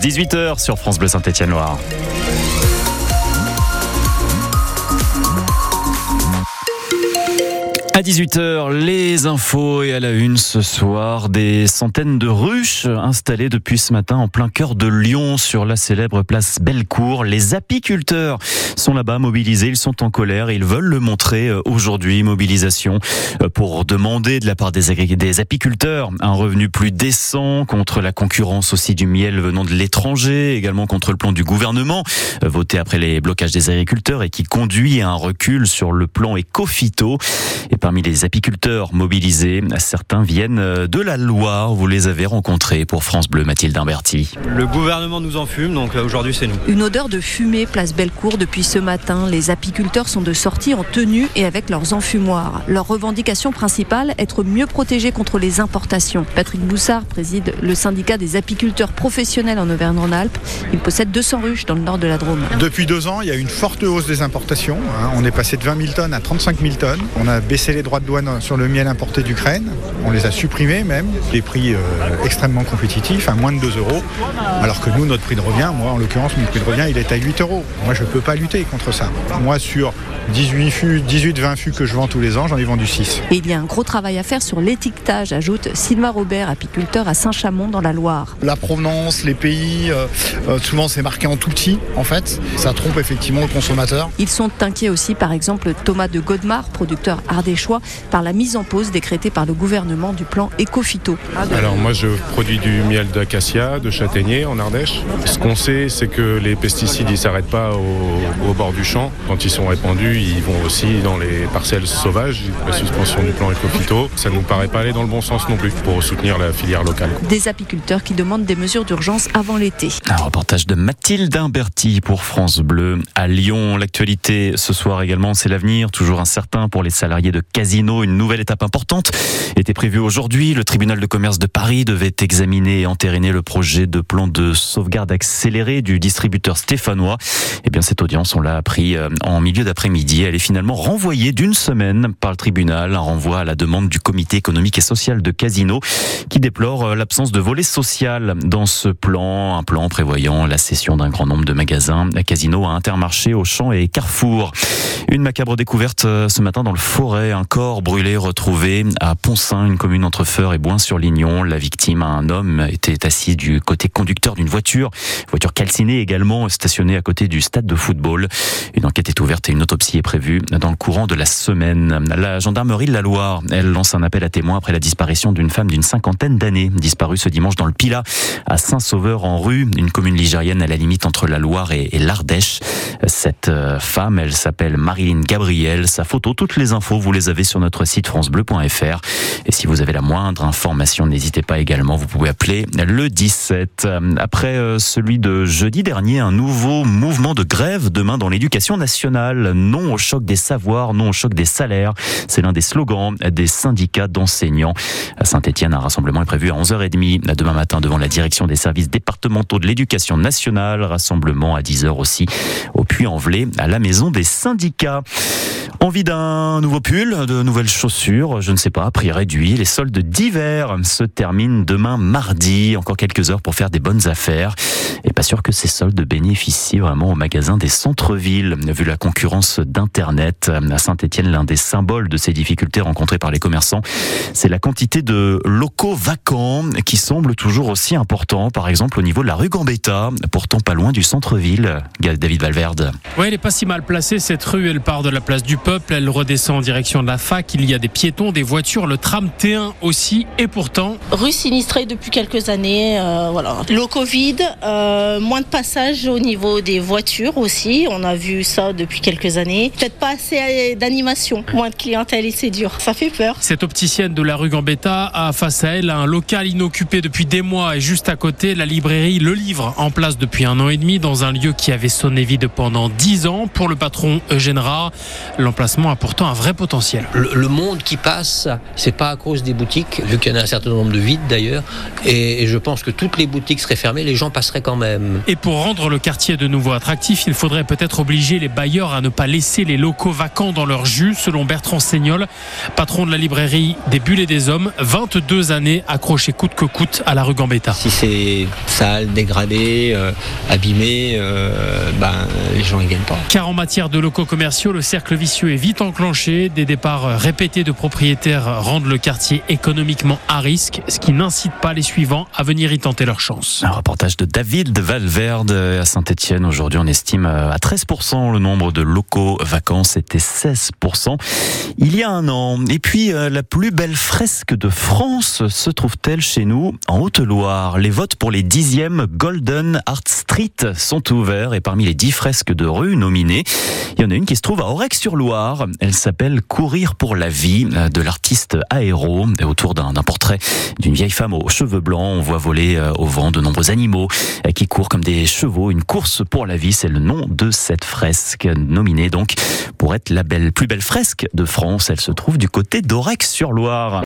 18h sur France Bleu Saint-Étienne-Loire. À 18h, les infos et à la une ce soir, des centaines de ruches installées depuis ce matin en plein cœur de Lyon sur la célèbre place Bellecour. Les apiculteurs sont là-bas mobilisés, ils sont en colère et ils veulent le montrer aujourd'hui. Mobilisation pour demander de la part des apiculteurs un revenu plus décent, contre la concurrence aussi du miel venant de l'étranger, également contre le plan du gouvernement voté après les blocages des agriculteurs et qui conduit à un recul sur le plan éco-phyto. Et parmi les apiculteurs mobilisés, certains viennent de la Loire. Vous les avez rencontrés pour France Bleu, Mathilde Imberti. Le gouvernement nous enfume, donc aujourd'hui c'est nous. Une odeur de fumée place Bellecour depuis ce matin. Les apiculteurs sont de sortie en tenue et avec leurs enfumoirs. Leur revendication principale, être mieux protégés contre les importations. Patrick Boussard préside le syndicat des apiculteurs professionnels en Auvergne-Rhône-Alpes. Il possède 200 ruches dans le nord de la Drôme. Depuis 2 ans, il y a une forte hausse des importations. On est passé de 20 000 tonnes à 35 000 tonnes. On a baissé les droits de douane sur le miel importé d'Ukraine. On les a supprimés même. Des prix extrêmement compétitifs, à moins de 2 €. Alors que nous, notre prix de revient, moi en l'occurrence, mon prix de revient, il est à 8 €. Moi, je ne peux pas lutter contre ça. Moi, sur 18-20 fûts que je vends tous les ans, j'en ai vendu 6. Et il y a un gros travail à faire sur l'étiquetage, ajoute Sylvain Robert, apiculteur à Saint-Chamond dans la Loire. La provenance, les pays, souvent c'est marqué en tout petit en fait. Ça trompe effectivement le consommateur. Ils sont inquiets aussi, par exemple, Thomas de Godemar, producteur ardéchois, par la mise en pause décrétée par le gouvernement du plan éco-phyto. Alors moi je produis du miel d'acacia, de châtaignier en Ardèche. Ce qu'on sait c'est que les pesticides ils s'arrêtent pas au bord du champ. Quand ils sont répandus, ils vont aussi dans les parcelles sauvages. La suspension du plan éco-phyto, ça ne nous paraît pas aller dans le bon sens non plus pour soutenir la filière locale. Des apiculteurs qui demandent des mesures d'urgence avant l'été. Un reportage de Mathilde Imberti pour France Bleu. À Lyon, l'actualité ce soir également, c'est l'avenir, toujours incertain pour les salariés de Casino. Une nouvelle étape importante était prévue aujourd'hui. Le tribunal de commerce de Paris devait examiner et entériner le projet de plan de sauvegarde accéléré du distributeur stéphanois. Eh bien, cette audience, on l'a appris en milieu d'après-midi. Elle est finalement renvoyée d'une semaine par le tribunal. Un renvoi à la demande du comité économique et social de Casino qui déplore l'absence de volet social dans ce plan. Un plan prévoyant la cession d'un grand nombre de magasins à Casino, à Intermarché, Auchan et Carrefour. Une macabre découverte ce matin dans le Forêt. Un corps brûlé retrouvé à Poncin, une commune entre Feurs et Bouin-sur-Lignon. La victime, un homme, était assis du côté conducteur d'une voiture calcinée également, stationnée à côté du stade de football. Une enquête est ouverte et une autopsie est prévue dans le courant de la semaine. La gendarmerie de la Loire, elle lance un appel à témoins après la disparition d'une femme d'une 50aine d'années, disparue ce dimanche dans le Pilat, à Saint-Sauveur-en-Rue, une commune ligérienne à la limite entre la Loire et l'Ardèche. Cette femme, elle s'appelle Marilyn Gabriel. Sa photo, toutes les infos, vous les avez sur notre site francebleu.fr. Et si vous avez la moindre information, n'hésitez pas également, vous pouvez appeler le 17. Après celui de jeudi dernier, un nouveau mouvement de grève demain dans l'éducation nationale. Non au choc des savoirs, non au choc des salaires. C'est l'un des slogans des syndicats d'enseignants. À Saint-Étienne, un rassemblement est prévu à 11h30 demain matin devant la direction des services départementaux de l'éducation nationale. Rassemblement à 10h aussi au Puy-en-Velay, à la maison des syndicats. Envie d'un nouveau pull, de nouvelles chaussures, je ne sais pas, prix réduit. Les soldes d'hiver se terminent demain mardi. Encore quelques heures pour faire des bonnes affaires. Et pas sûr que ces soldes bénéficient vraiment aux magasins des centres-villes. Vu la concurrence d'Internet, à Saint-Étienne, l'un des symboles de ces difficultés rencontrées par les commerçants, c'est la quantité de locaux vacants qui semble toujours aussi important. Par exemple, au niveau de la rue Gambetta, pourtant pas loin du centre-ville. David Valverde. Oui, elle est pas si mal placée, cette rue. Elle part de la place du Peuple, elle redescend en direction de la fac. Il y a des piétons, des voitures, le tram T1 aussi. Et pourtant... Rue sinistrée depuis quelques années. L'eau Covid, moins de passage au niveau des voitures aussi. On a vu ça depuis quelques années. Peut-être pas assez d'animation, moins de clientèle et c'est dur. Ça fait peur. Cette opticienne de la rue Gambetta a face à elle un local inoccupé depuis des mois et juste à côté, la librairie Le Livre, en place depuis 1 an et demi dans un lieu qui avait sonné vide pendant 10 ans. Pour le patron Eugène Rard, l'emplacement a pourtant un vrai potentiel. potentiel. Le monde qui passe, c'est pas à cause des boutiques, vu qu'il y en a un certain nombre de vides d'ailleurs, et je pense que toutes les boutiques seraient fermées, les gens passeraient quand même. Et pour rendre le quartier de nouveau attractif, il faudrait peut-être obliger les bailleurs à ne pas laisser les locaux vacants dans leur jus, selon Bertrand Seignol, patron de la librairie des Bulles et des Hommes, 22 années accroché coûte que coûte à la rue Gambetta. Si c'est sale, dégradé, abîmé, les gens ne gagnent pas. Car en matière de locaux commerciaux, le cercle vicieux est vite enclenché. Des départs répétés de propriétaires rendent le quartier économiquement à risque, ce qui n'incite pas les suivants à venir y tenter leur chance. Un reportage de David Valverde à Saint-Étienne. Aujourd'hui, on estime à 13% le nombre de locaux vacants. C'était 16% il y a un an. Et puis, la plus belle fresque de France se trouve-t-elle chez nous, en Haute-Loire? Les votes pour les 10e Golden Art Street sont ouverts et parmi les 10 fresques de rue nominées, il y en a une qui se trouve à Aurec-sur-Loire. Elle s'appelle Courir pour la vie de l'artiste Aéro. Autour d'un portrait d'une vieille femme aux cheveux blancs, on voit voler au vent de nombreux animaux qui courent comme des chevaux. Une course pour la vie, c'est le nom de cette fresque, nominée donc pour être la plus belle fresque de France. Elle se trouve du côté d'Aurec-sur-Loire.